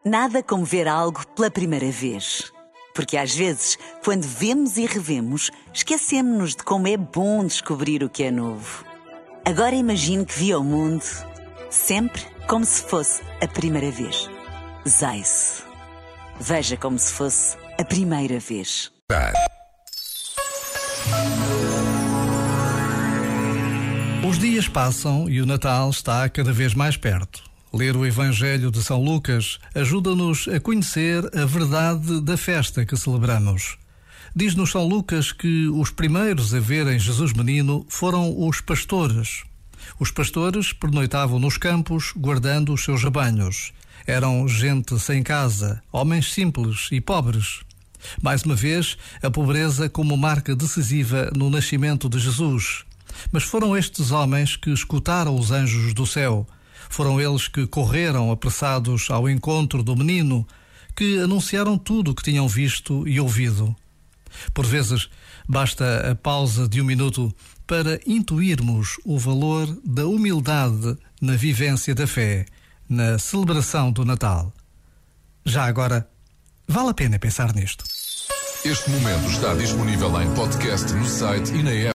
Nada como ver algo pela primeira vez. Porque às vezes, quando vemos e revemos, esquecemos-nos de como é bom descobrir o que é novo. Agora imagine que viu o mundo sempre como se fosse a primeira vez. Zais. Veja como se fosse a primeira vez. Os dias passam e o Natal está cada vez mais perto. Ler o Evangelho de São Lucas ajuda-nos a conhecer a verdade da festa que celebramos. Diz-nos São Lucas que os primeiros a verem Jesus menino foram os pastores. Os pastores pernoitavam nos campos, guardando os seus rebanhos. Eram gente sem casa, homens simples e pobres. Mais uma vez, a pobreza como marca decisiva no nascimento de Jesus. Mas foram estes homens que escutaram os anjos do céu. Foram eles que correram apressados ao encontro do menino, que anunciaram tudo o que tinham visto e ouvido. Por vezes, basta a pausa de um minuto para intuirmos o valor da humildade na vivência da fé, na celebração do Natal. Já agora, vale a pena pensar nisto. Este momento está disponível em podcast no site e na app.